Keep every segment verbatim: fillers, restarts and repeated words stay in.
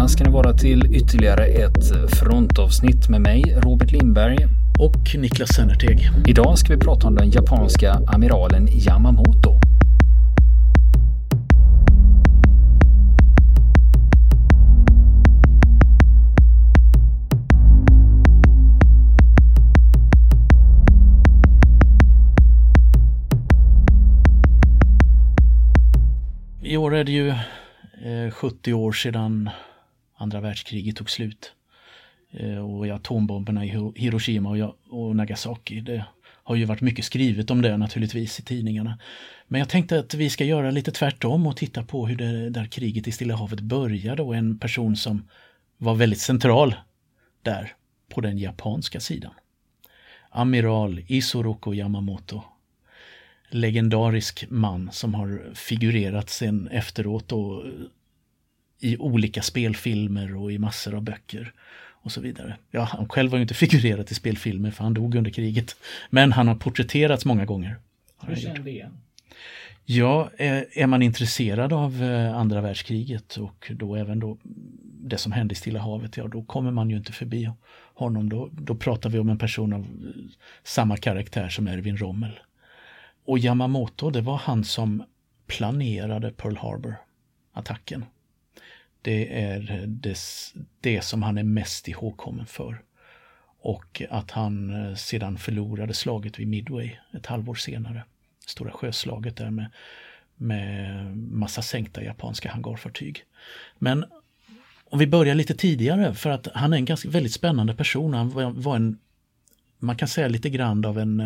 ska ni vara till ytterligare ett frontavsnitt med mig, Robert Lindberg. Och Niklas Sönnerteg. Idag ska vi prata om den japanska amiralen Yamamoto. I år är det ju eh, sjuttio år sedan andra världskriget tog slut. Eh, och atombomberna i Hiroshima och, och Nagasaki. Det har ju varit mycket skrivet om det naturligtvis i tidningarna. Men jag tänkte att vi ska göra lite tvärtom och titta på hur det där kriget i Stilla havet började. Och en person som var väldigt central där på den japanska sidan. Amiral Isoroku Yamamoto. Legendarisk man som har figurerat sen efteråt och i olika spelfilmer och i massor av böcker och så vidare. Ja, han själv har ju inte figurerat i spelfilmer för han dog under kriget. Men han har porträtterats många gånger. Hur känner det igen? Ja, är man intresserad av andra världskriget och då även då det som hände i Stilla havet, ja då kommer man ju inte förbi honom. Då, då pratar vi om en person av samma karaktär som Erwin Rommel. Och Yamamoto, det var han som planerade Pearl Harbor-attacken. Det är det, det som han är mest ihågkommen för. Och att han sedan förlorade slaget vid Midway ett halvår senare. Stora sjöslaget där med, med massa sänkta japanska hangarfartyg. Men om vi börjar lite tidigare, för att han är en ganska väldigt spännande person. Han var, var en, man kan säga lite grann av en...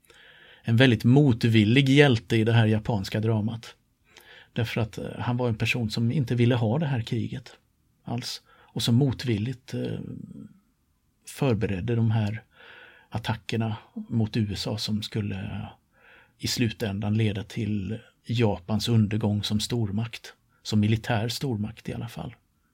en väldigt motvillig hjälte i det här japanska dramat. Därför att han var en person som inte ville ha det här kriget alls. Och som motvilligt eh, förberedde de här attackerna mot U S A som skulle eh, i slutändan leda till Japans undergång som stormakt. Som militär stormakt i alla fall.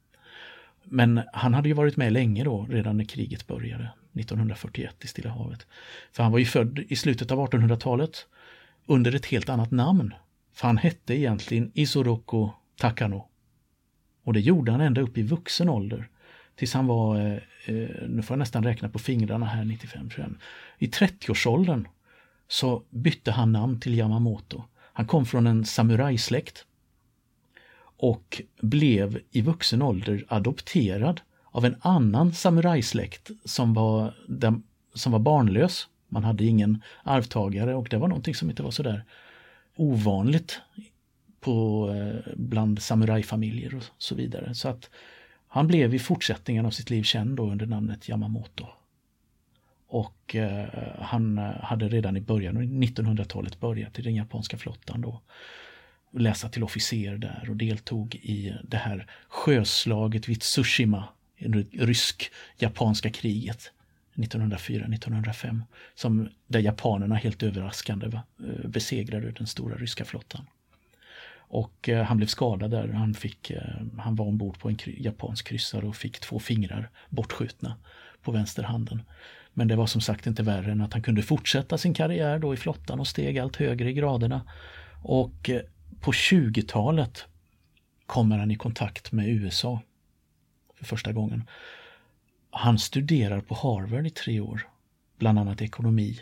Men han hade ju varit med länge då, redan när kriget började. nittonhundrafyrtioett i Stilla havet. För han var ju född i slutet av artonhundratalet under ett helt annat namn. För han hette egentligen Isoroku Takano. Och det gjorde han ända upp i vuxen ålder. Tills han var, eh, nu får jag nästan räkna på fingrarna här, nittiofem tjugofem. I trettioårsåldern så bytte han namn till Yamamoto. Han kom från en samurajsläkt. Och blev i vuxen ålder adopterad av en annan samurajsläkt som var, som var barnlös. Man hade ingen arvtagare och det var någonting som inte var så där ovanligt på, bland samurajfamiljer och så vidare. Så att han blev i fortsättningen av sitt liv känd då under namnet Yamamoto. Och eh, han hade redan i början av nittonhundratalet börjat i den japanska flottan då. Läsa till officer där och deltog i det här sjöslaget vid Tsushima, rysk-japanska kriget nittonhundrafyra nittonhundrafem, som där japanerna helt överraskande va, besegrade den stora ryska flottan. Och eh, han blev skadad där. Han, fick, eh, han var ombord på en japansk kryssare och fick två fingrar bortskjutna på vänsterhanden. Men det var som sagt inte värre än att han kunde fortsätta sin karriär då i flottan och steg allt högre i graderna. Och eh, på tjugotalet kommer han i kontakt med U S A för första gången. Han studerar på Harvard i tre år, bland annat ekonomi.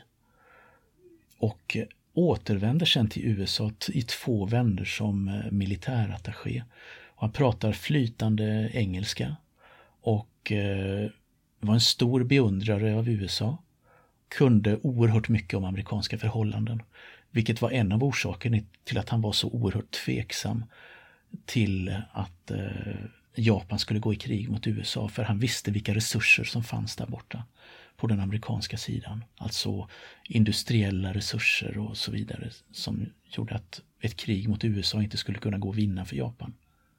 Och återvänder sen till U S A i två vändor som militärattaché. Och han pratar flytande engelska och eh, var en stor beundrare av U S A. Kunde oerhört mycket om amerikanska förhållanden. Vilket var en av orsakerna till att han var så oerhört tveksam till att eh, Japan skulle gå i krig mot U S A. För han visste vilka resurser som fanns där borta på den amerikanska sidan. Alltså industriella resurser och så vidare som gjorde att ett krig mot U S A inte skulle kunna gå att vinna för Japan.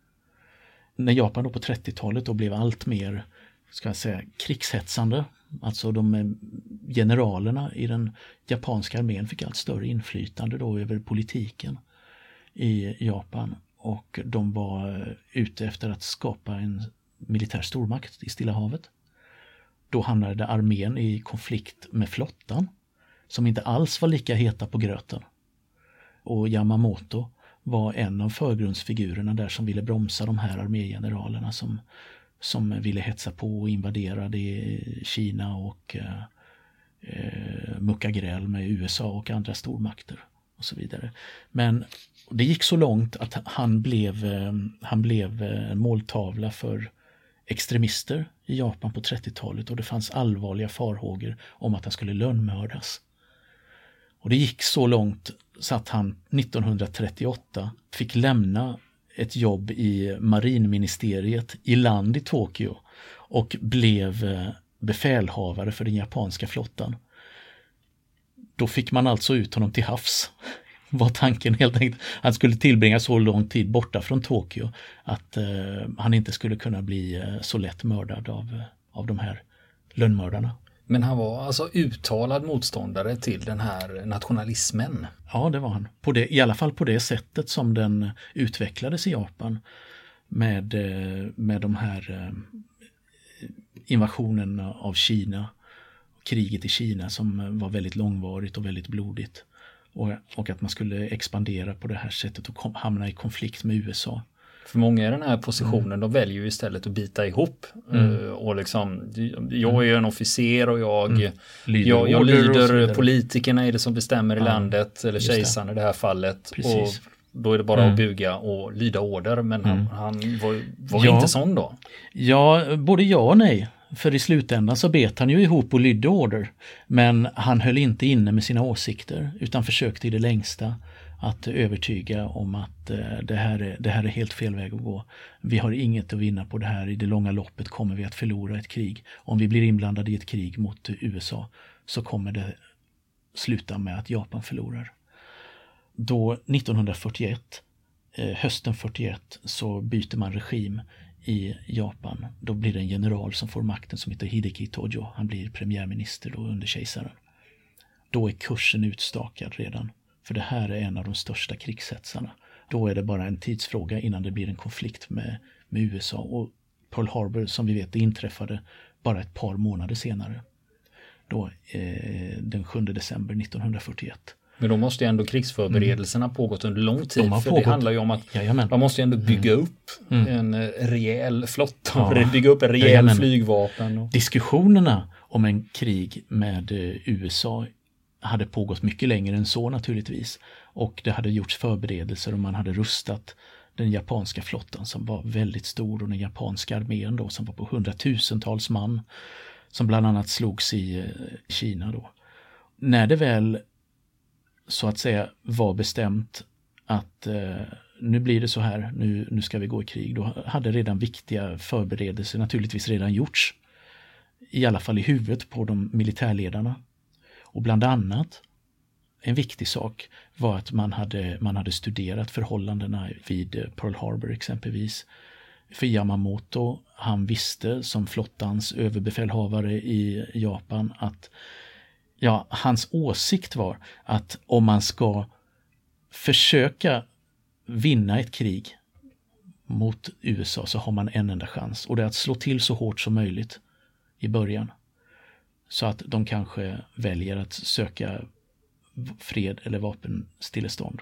När Japan då på trettiotalet då blev allt mer, ska jag säga, krigshetsande. Alltså de generalerna i den japanska armén fick allt större inflytande då över politiken i Japan. Och de var ute efter att skapa en militär stormakt i Stilla havet. Då hamnade armén i konflikt med flottan som inte alls var lika heta på gröten. Och Yamamoto var en av förgrundsfigurerna där som ville bromsa de här armégeneralerna som som ville hetsa på och invadera det Kina och eh, eh, mucka gräl med U S A och andra stormakter och så vidare. Men det gick så långt att han blev, eh, han blev eh, måltavla för extremister i Japan på trettiotalet och det fanns allvarliga farhågor om att han skulle lönnmördas. Och det gick så långt så att han nittonhundratrettioåtta fick lämna ett jobb i marinministeriet i land i Tokyo och blev befälhavare för den japanska flottan. Då fick man alltså ut honom till havs. Var tanken helt enkelt. Han skulle tillbringa så lång tid borta från Tokyo att eh, han inte skulle kunna bli eh, så lätt mördad av, av de här lönnmördarna. Men han var alltså uttalad motståndare till den här nationalismen. Ja, det var han. På det, i alla fall på det sättet som den utvecklades i Japan med, med de här invasionen av Kina, kriget i Kina som var väldigt långvarigt och väldigt blodigt. Och, och att man skulle expandera på det här sättet och kom, hamna i konflikt med U S A. För många i den här positionen, mm. de väljer ju istället att bita ihop. Mm. Och liksom, jag är en officer och jag mm. lyder, jag, jag lyder politikerna är det som bestämmer ja, i landet, eller kejsaren i det här fallet. Precis. Och då är det bara mm. att buga och lyda order, men han, mm. han var, var ja. inte sån då. Ja, både ja och nej. För i slutändan så bet han ju ihop och lydde order. Men han höll inte inne med sina åsikter utan försökte i det längsta att övertyga om att eh, det, här är, det här är helt fel väg att gå. Vi har inget att vinna på det här. I det långa loppet kommer vi att förlora ett krig. Om vi blir inblandade i ett krig mot U S A så kommer det sluta med att Japan förlorar. Då nittonhundrafyrtioett, eh, hösten fyrtioett, så byter man regim i Japan. Då blir det en general som får makten som heter Hideki Tojo. Han blir premiärminister då under kejsaren. Då är kursen utstakad redan. För det här är en av de största krigshetsarna. Då är det bara en tidsfråga innan det blir en konflikt med, med U S A. Och Pearl Harbor, som vi vet, det inträffade bara ett par månader senare. Då eh, den sjunde december nittonhundrafyrtioett. Men då måste ju ändå krigsförberedelserna mm. pågått under lång tid. De för pågått. Det handlar ju om att Jajamän. man måste ju ändå bygga mm. upp mm. en rejäl flotta. Ja. Bygga upp en rejäl Jajamän. flygvapen. Och... Diskussionerna om en krig med U S A hade pågått mycket längre än så naturligtvis. Och det hade gjorts förberedelser och man hade rustat den japanska flottan som var väldigt stor och den japanska armén då som var på hundratusentals man som bland annat slogs i Kina då. När det väl så att säga var bestämt att eh, nu blir det så här, nu, nu ska vi gå i krig, då hade redan viktiga förberedelser naturligtvis redan gjorts. I alla fall i huvudet på de militärledarna. Och bland annat en viktig sak var att man hade, man hade studerat förhållandena vid Pearl Harbor exempelvis. För Yamamoto, han visste som flottans överbefälhavare i Japan att ja, hans åsikt var att om man ska försöka vinna ett krig mot U S A så har man en enda chans. Och det är att slå till så hårt som möjligt i början. Så att de kanske väljer att söka fred eller vapenstillestånd.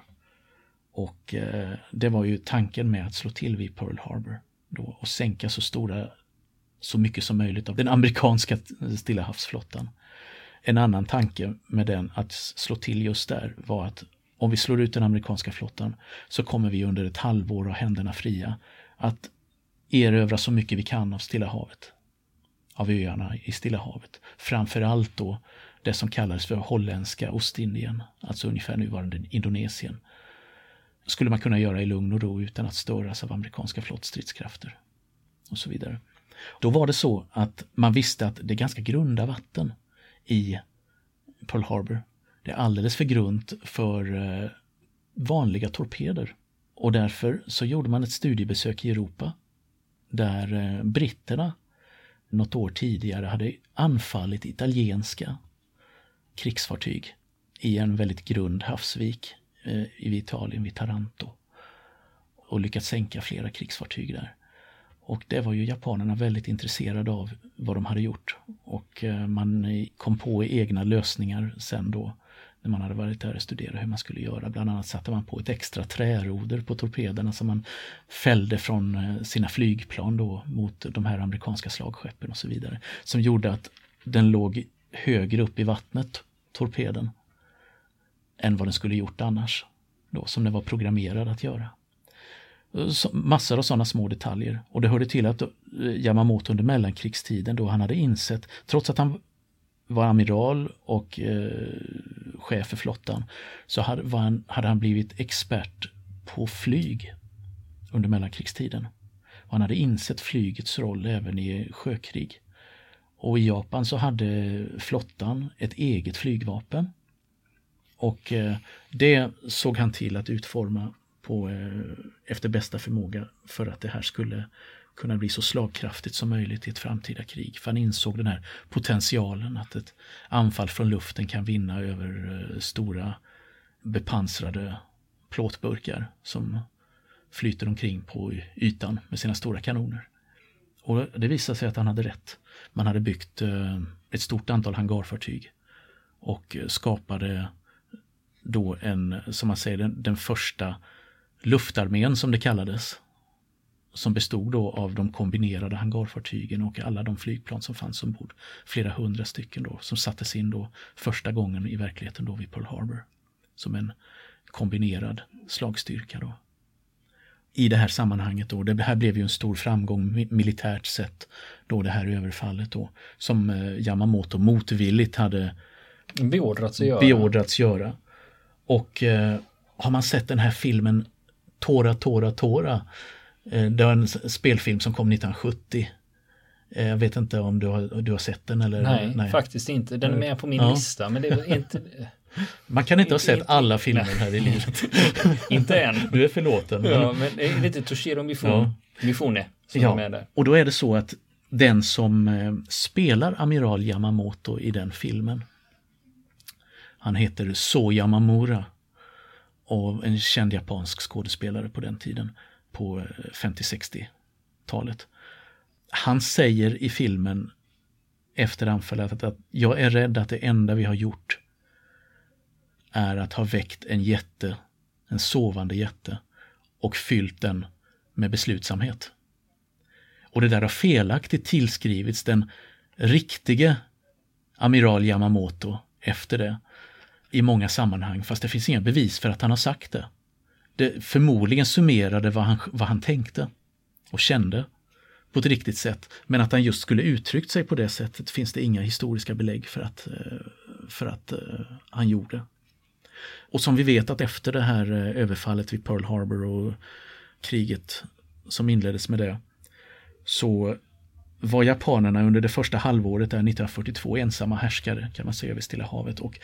Och eh, det var ju tanken med att slå till vid Pearl Harbor då och sänka så stora, så mycket som möjligt av den amerikanska Stilla havsflottan. En annan tanke med den att slå till just där var att om vi slår ut den amerikanska flottan så kommer vi under ett halvår ha händerna fria att erövra så mycket vi kan av Stilla havet. Av öarna i Stilla havet. Framförallt då det som kallades för holländska Ostindien, alltså ungefär nuvarande Indonesien. Skulle man kunna göra i lugn och ro utan att störas av amerikanska flottstridskrafter och så vidare. Då var det så att man visste att det är ganska grunda vatten i Pearl Harbor. Det är alldeles för grunt för eh, vanliga torpeder. Och därför så gjorde man ett studiebesök i Europa där eh, britterna något år tidigare hade anfallit italienska krigsfartyg i en väldigt grund havsvik eh, i Italien vid Taranto och lyckats sänka flera krigsfartyg där. Och det var ju japanerna väldigt intresserade av vad de hade gjort. Och eh, man kom på egna lösningar sen då när man hade varit där och studerat hur man skulle göra. Bland annat satte man på ett extra träroder på torpederna som man fällde från sina flygplan då mot de här amerikanska slagskeppen och så vidare. Som gjorde att den låg högre upp i vattnet, torpeden, än vad den skulle gjort annars. Då, som den var programmerad att göra. Så, massor av sådana små detaljer. Och det hörde till att Yamamoto under mellankrigstiden då han hade insett, trots att han var amiral och eh, chef för flottan, så hade, var han, hade han blivit expert på flyg under mellankrigstiden. Och han hade insett flygets roll även i sjökrig. Och i Japan så hade flottan ett eget flygvapen. Och eh, det såg han till att utforma på, eh, efter bästa förmåga för att det här skulle kunna bli så slagkraftigt som möjligt i ett framtida krig. För han insåg den här potentialen att ett anfall från luften kan vinna över eh, stora bepansrade plåtburkar som flyter omkring på ytan med sina stora kanoner. Och det visade sig att han hade rätt. Man hade byggt eh, ett stort antal hangarfartyg och skapade då en, som man säger, den, den första luftarmén som det kallades, som bestod då av de kombinerade hangarfartygen och alla de flygplan som fanns ombord. Flera hundra stycken då, som sattes in då första gången i verkligheten då vid Pearl Harbor som en kombinerad slagstyrka då. I det här sammanhanget då, det här blev ju en stor framgång militärt sett då, det här överfallet då, som Yamamoto motvilligt hade beordrats göra. beordrats göra. Och eh, har man sett den här filmen Tora, Tora, Tora, eh, det var en spelfilm som kom nittonhundrasjuttio. Eh, jag vet inte om du har, du har sett den eller? Nej, nej, faktiskt inte. Den är med på min ja. lista, men det är inte... Man kan inte ha sett inte, alla filmer nej. här i livet. Inte än. Du är förlåten. Men... Ja, men det är lite Toshiro Mifune, ja. Mifune som ja. är med där. Och då är det så att den som eh, spelar amiral Yamamoto i den filmen, han heter So Yamamura och en känd japansk skådespelare på den tiden, på femtio-sextio-talet. Han säger i filmen efter anfallet att jag är rädd att det enda vi har gjort är att ha väckt en jätte, en sovande jätte, och fyllt den med beslutsamhet. Och det där har felaktigt tillskrivits den riktige amiral Yamamoto efter det i många sammanhang, fast det finns inga bevis för att han har sagt det. Det förmodligen summerade vad han, vad han tänkte och kände på ett riktigt sätt, men att han just skulle uttryckt sig på det sättet finns det inga historiska belägg för att, för att han gjorde. Och som vi vet att efter det här överfallet vid Pearl Harbor och kriget som inleddes med det, så var japanerna under det första halvåret där nittonhundrafyrtiotvå ensamma härskare, kan man säga, över Stilla havet, och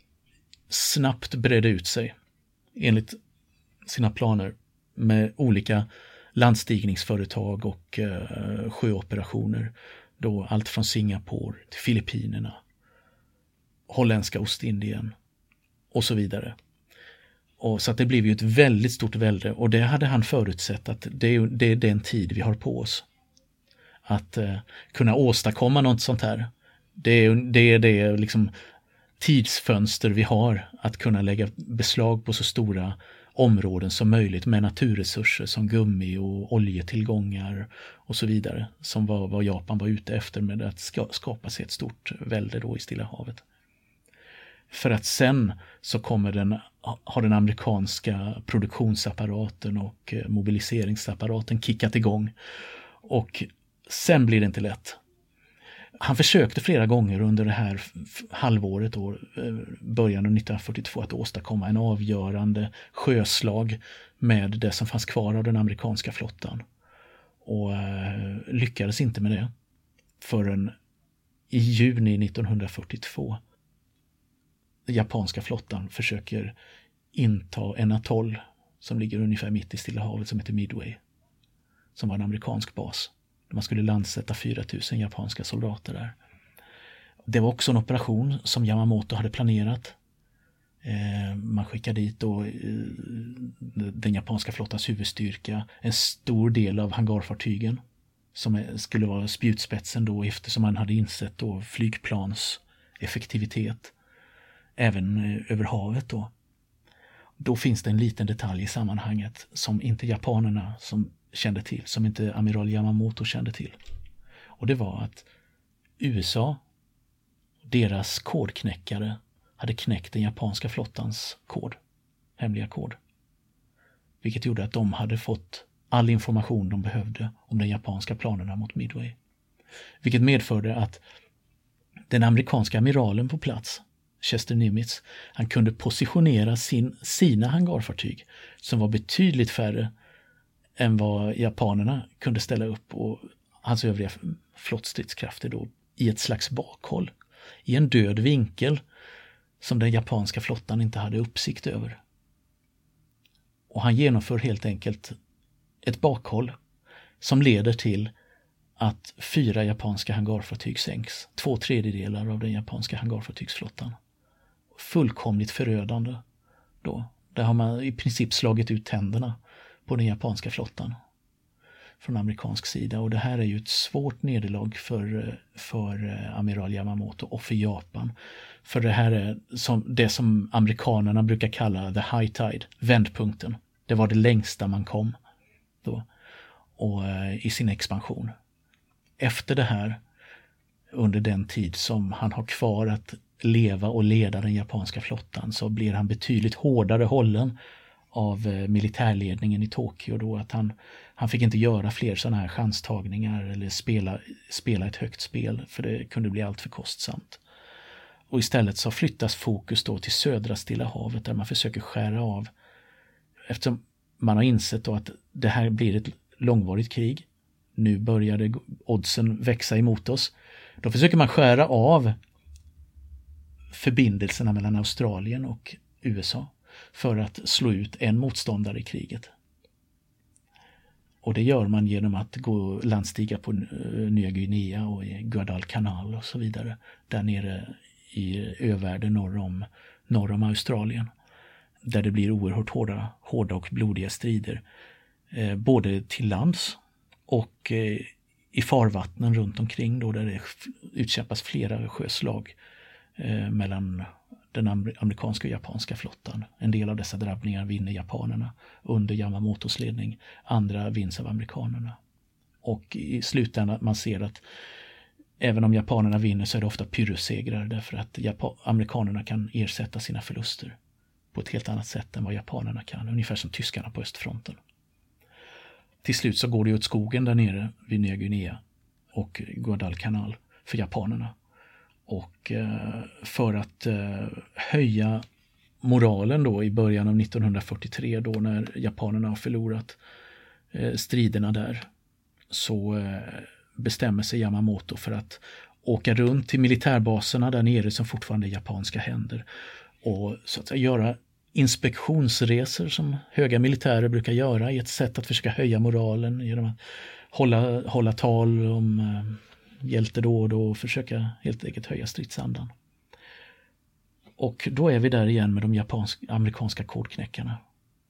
snabbt bredde ut sig enligt sina planer med olika landstigningsföretag och eh, sjöoperationer. Då allt från Singapore till Filippinerna, Holländska Ostindien och så vidare. Och så att det blev ju ett väldigt stort välde, och det hade han förutsett att det, det är den tid vi har på oss. Att eh, kunna åstadkomma något sånt här. Det är det, är det liksom tidsfönster vi har att kunna lägga beslag på så stora områden som möjligt med naturresurser som gummi och oljetillgångar och så vidare, som var vad Japan var ute efter med att ska, skapa sig ett stort välde då i Stilla havet. För att sen så kommer den, har den amerikanska produktionsapparaten och mobiliseringsapparaten kickat igång, och sen blir det inte lätt. Han försökte flera gånger under det här halvåret då, början av nittonhundrafyrtiotvå, att åstadkomma en avgörande sjöslag med det som fanns kvar av den amerikanska flottan. Och eh, lyckades inte med det förrän i juni nittonhundrafyrtiotvå. Den japanska flottan försöker inta en atoll som ligger ungefär mitt i Stilla havet som heter Midway, som var en amerikansk bas. Man skulle landsätta fyra tusen japanska soldater där. Det var också en operation som Yamamoto hade planerat. Eh, man skickade dit då eh, den japanska flottans huvudstyrka, en stor del av hangarfartygen som är, skulle vara spjutspetsen då, eftersom man hade insett då flygplans effektivitet. även över havet då. Då finns det en liten detalj i sammanhanget som inte japanerna som kände till, som inte amiral Yamamoto kände till. Och det var att U S A, deras kodknäckare, hade knäckt den japanska flottans kod, hemliga kod. Vilket gjorde att de hade fått all information de behövde om de japanska planerna mot Midway. Vilket medförde att den amerikanska amiralen på plats, Chester Nimitz, han kunde positionera sin, sina hangarfartyg som var betydligt färre än vad japanerna kunde ställa upp, och hans övriga flottstridskrafter då i ett slags bakhåll, i en död vinkel som den japanska flottan inte hade uppsikt över. Och han genomför helt enkelt ett bakhåll som leder till att fyra japanska hangarfartyg sänks. Två tredjedelar av den japanska hangarfartygsflottan. Fullkomligt förödande då. Där har man i princip slagit ut tänderna på den japanska flottan från amerikansk sida. Och det här är ju ett svårt nederlag för, för amiral Yamamoto och för Japan. För det här är som, det som amerikanerna brukar kalla the high tide, vändpunkten. Det var det längsta man kom då, och i sin expansion. Efter det här, under den tid som han har kvar att leva och leda den japanska flottan, så blir han betydligt hårdare hållen av militärledningen i Tokyo då, att han, han fick inte göra fler sådana här chanstagningar eller spela, spela ett högt spel, för det kunde bli allt för kostsamt. Och istället så flyttas fokus då till södra Stilla havet, där man försöker skära av, eftersom man har insett då att det här blir ett långvarigt krig. Nu började oddsen växa emot oss. Då försöker man skära av förbindelserna mellan Australien och U S A för att slå ut en motståndare i kriget. Och det gör man genom att gå landstiga på Nya Guinea och i Guadalcanal och så vidare. Där nere i övärlden norr om, norr om Australien. Där det blir oerhört hårda, hårda och blodiga strider. Eh, både till lands och eh, i farvattnen runt omkring då, där det utkämpas flera sjöslag eh, mellan den amerikanska och japanska flottan. En del av dessa drabbningar vinner japanerna under Yamamotos ledning. Andra vinns av amerikanerna. Och i slutändan man ser att även om japanerna vinner så är det ofta pyrrhussegrar, därför att Japan- amerikanerna kan ersätta sina förluster på ett helt annat sätt än vad japanerna kan. Ungefär som tyskarna på östfronten. Till slut så går det åt skogen där nere vid Nya Guinea och Guadalcanal för japanerna. Och eh, för att eh, höja moralen då i början av nittonhundrafyrtiotre, då när japanerna har förlorat eh, striderna där, så eh, bestämmer sig Yamamoto för att åka runt till militärbaserna där nere som fortfarande är japanska händer, och så att säga göra inspektionsresor som höga militärer brukar göra, i ett sätt att försöka höja moralen genom att hålla, hålla tal om eh, hjältedåd och försöka helt enkelt höja stridsandan. Och då är vi där igen med de japanska, amerikanska kodknäckarna.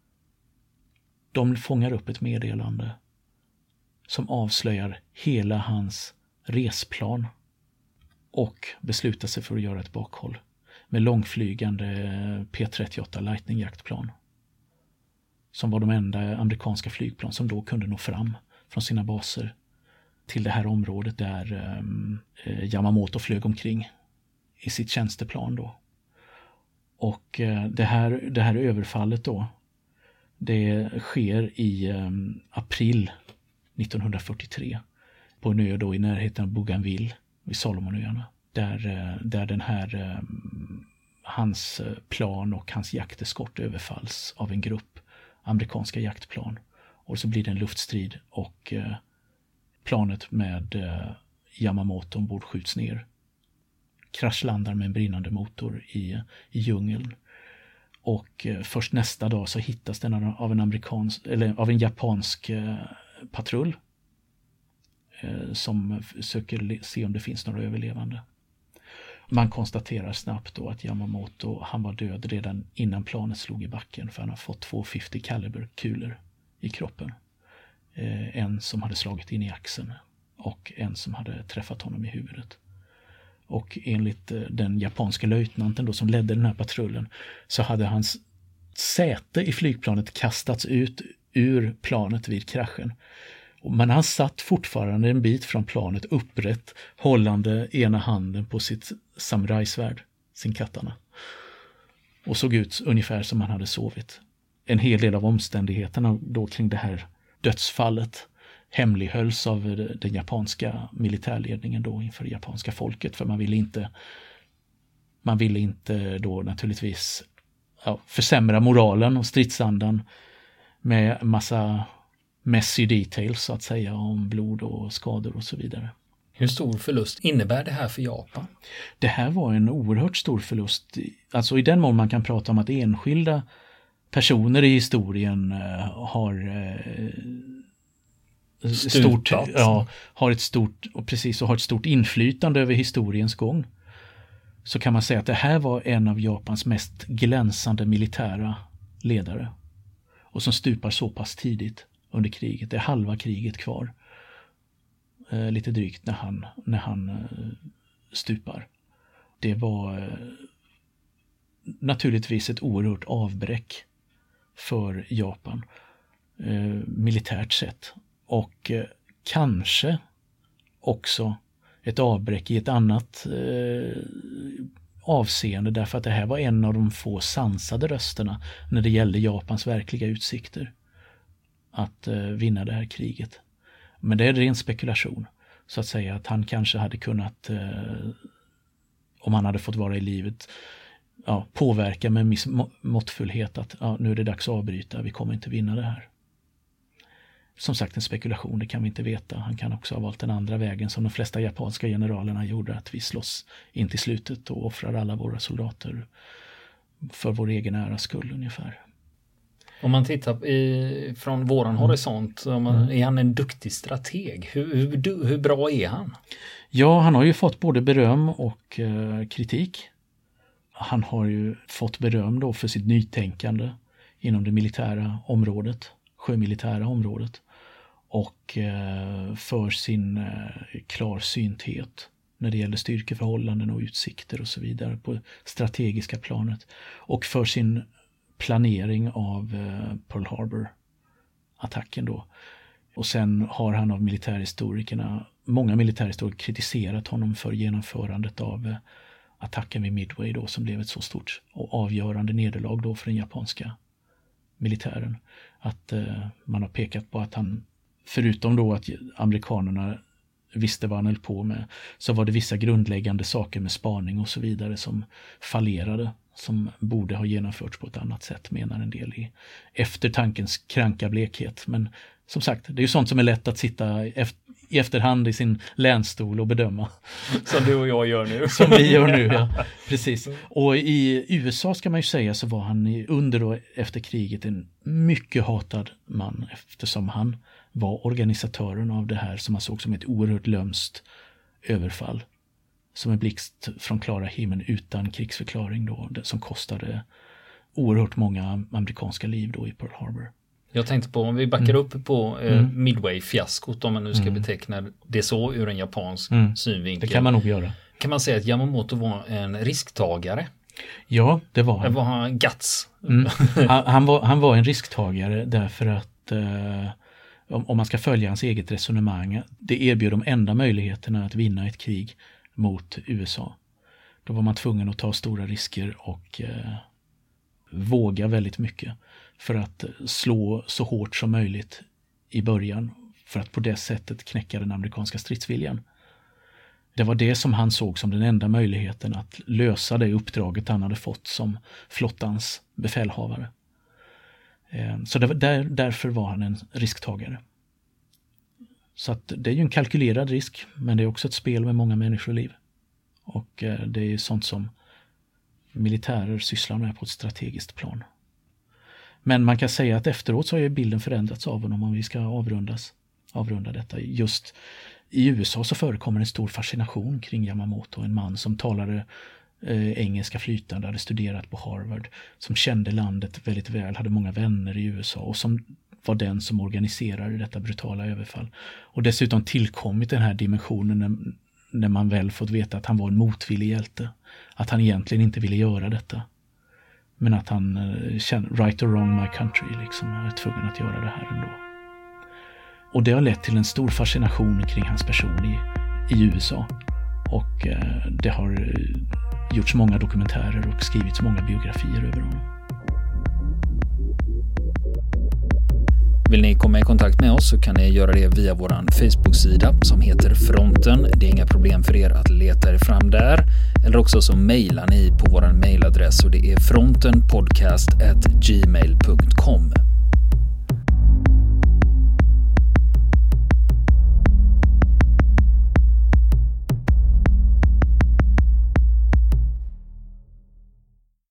De fångar upp ett meddelande som avslöjar hela hans resplan och beslutar sig för att göra ett bakhåll med långflygande P trettioåtta Lightning-jaktplan, som var de enda amerikanska flygplan som då kunde nå fram från sina baser till det här området där eh, Yamamoto flög omkring i sitt tjänsteplan då. Och eh, det här, det här överfallet då, det sker i eh, april nittonhundrafyrtiotre på en ö då i närheten av Bougainville vid Salomonöarna, där, eh, där den här eh, hans plan och hans jakteskort överfalls av en grupp amerikanska jaktplan. Och så blir det en luftstrid och eh, planet med eh, Yamamoto ombord skjuts ner. Kraschlandar med en brinnande motor i, i djungeln. Och eh, först nästa dag så hittas den av en amerikansk, eller av en japansk eh, patrull eh, som försöker se om det finns några överlevande. Man konstaterar snabbt då att Yamamoto, han var död redan innan planet slog i backen, för han har fått två femtio kaliber kulor i kroppen. Eh, en som hade slagit in i axeln och en som hade träffat honom i huvudet. Och enligt den japanska löjtnanten då som ledde den här patrullen så hade hans säte i flygplanet kastats ut ur planet vid kraschen. Men han satt fortfarande en bit från planet upprätt, hållande ena handen på sitt samurajsvärd, sin katana. Och såg ut ungefär som han hade sovit. En hel del av omständigheterna då kring det här dödsfallet hemlighölls av den japanska militärledningen då inför det japanska folket, för man ville inte man ville inte då naturligtvis ja, försämra moralen och stridsandan med massa messy details så att säga om blod och skador och så vidare. Hur stor förlust innebär det här för Japan? Det här var en oerhört stor förlust. Alltså i den mån man kan prata om att enskilda personer i historien har stort, ja, har ett stort och precis och har ett stort inflytande över historiens gång, så kan man säga att det här var en av Japans mest glänsande militära ledare och som stupar så pass tidigt under kriget. Det är halva kriget kvar. Eh, lite drygt när han, när han eh, stupar. Det var eh, naturligtvis ett oerhört avbräck för Japan eh, militärt sett. Och eh, kanske också ett avbräck i ett annat eh, avseende, därför att det här var en av de få sansade rösterna när det gällde Japans verkliga utsikter att eh, vinna det här kriget. Men det är ren spekulation, så att säga, att han kanske hade kunnat, eh, om han hade fått vara i livet, ja, påverka med miss- måttfullhet att ja, nu är det dags att avbryta, vi kommer inte vinna det här. Som sagt, en spekulation, det kan vi inte veta. Han kan också ha valt den andra vägen som de flesta japanska generalerna gjorde, att vi slåss in till slutet och offrar alla våra soldater för vår egen äras skull ungefär. Om man tittar i, från våran mm. horisont, man, mm. är han en duktig strateg? Hur, hur, hur bra är han? Ja, han har ju fått både beröm och eh, kritik. Han har ju fått beröm då för sitt nytänkande inom det militära området, sjömilitära området, och eh, för sin eh, klarsynthet när det gäller styrkeförhållanden och utsikter och så vidare på strategiska planet, och för sin planering av eh, Pearl Harbor-attacken då. Och sen har han av militärhistorikerna, många militärhistoriker, kritiserat honom för genomförandet av eh, attacken vid Midway då, som blev ett så stort och avgörande nederlag då för den japanska militären. Att eh, man har pekat på att han, förutom då att amerikanerna visste vad han höll på med, så var det vissa grundläggande saker med spaning och så vidare som fallerade, som borde ha genomförts på ett annat sätt, menar en del i eftertankens kranka blekhet. Men som sagt, det är ju sånt som är lätt att sitta efter, i efterhand i sin länstol och bedöma. Som du och jag gör nu. Som vi gör nu, ja. Precis. Och i U S A ska man ju säga så var han under och efter kriget en mycket hatad man, eftersom han var organisatören av det här som man såg som ett oerhört lömskt överfall. Som en blixt från klara himlen utan krigsförklaring då, som kostade oerhört många amerikanska liv då i Pearl Harbor. Jag tänkte på, om vi backar mm. upp på eh, mm. Midway-fiaskot, om man nu ska mm. beteckna det så ur en japansk mm. synvinkel. Det kan man nog göra. Kan man säga att Yamamoto var en risktagare? Ja, det var han. Det var han guts. Mm. Han, han, var, han var en risktagare därför att eh, om, om man ska följa hans eget resonemang, det erbjöd de enda möjligheterna att vinna ett krig mot U S A. Då var man tvungen att ta stora risker och eh, våga väldigt mycket för att slå så hårt som möjligt i början, för att på det sättet knäcka den amerikanska stridsviljan. Det var det som han såg som den enda möjligheten att lösa det uppdraget han hade fått som flottans befälhavare. Eh, så det var där, därför var han en risktagare. Så att det är ju en kalkylerad risk, men det är också ett spel med många människoliv. Och eh, det är sånt som militärer sysslar med på ett strategiskt plan. Men man kan säga att efteråt så har ju bilden förändrats av honom, om vi ska avrundas, avrunda detta. Just i U S A så förekommer en stor fascination kring Yamamoto, en man som talade eh, engelska flytande, hade studerat på Harvard, som kände landet väldigt väl, hade många vänner i U S A och som var den som organiserade detta brutala överfall. Och dessutom tillkommit den här dimensionen när, när man väl fått veta att han var en motvillig hjälte. Att han egentligen inte ville göra detta. Men att han uh, kände, right or wrong my country, liksom, jag är tvungen att göra det här ändå. Och det har lett till en stor fascination kring hans person i, i U S A. Och uh, det har uh, gjorts många dokumentärer och skrivits många biografier över honom. Vill ni komma i kontakt med oss så kan ni göra det via vår Facebook-sida som heter Fronten. Det är inga problem för er att leta er fram där. Eller också så mejlar ni på vår mejladress och det är frontenpodcast at gmail punkt com.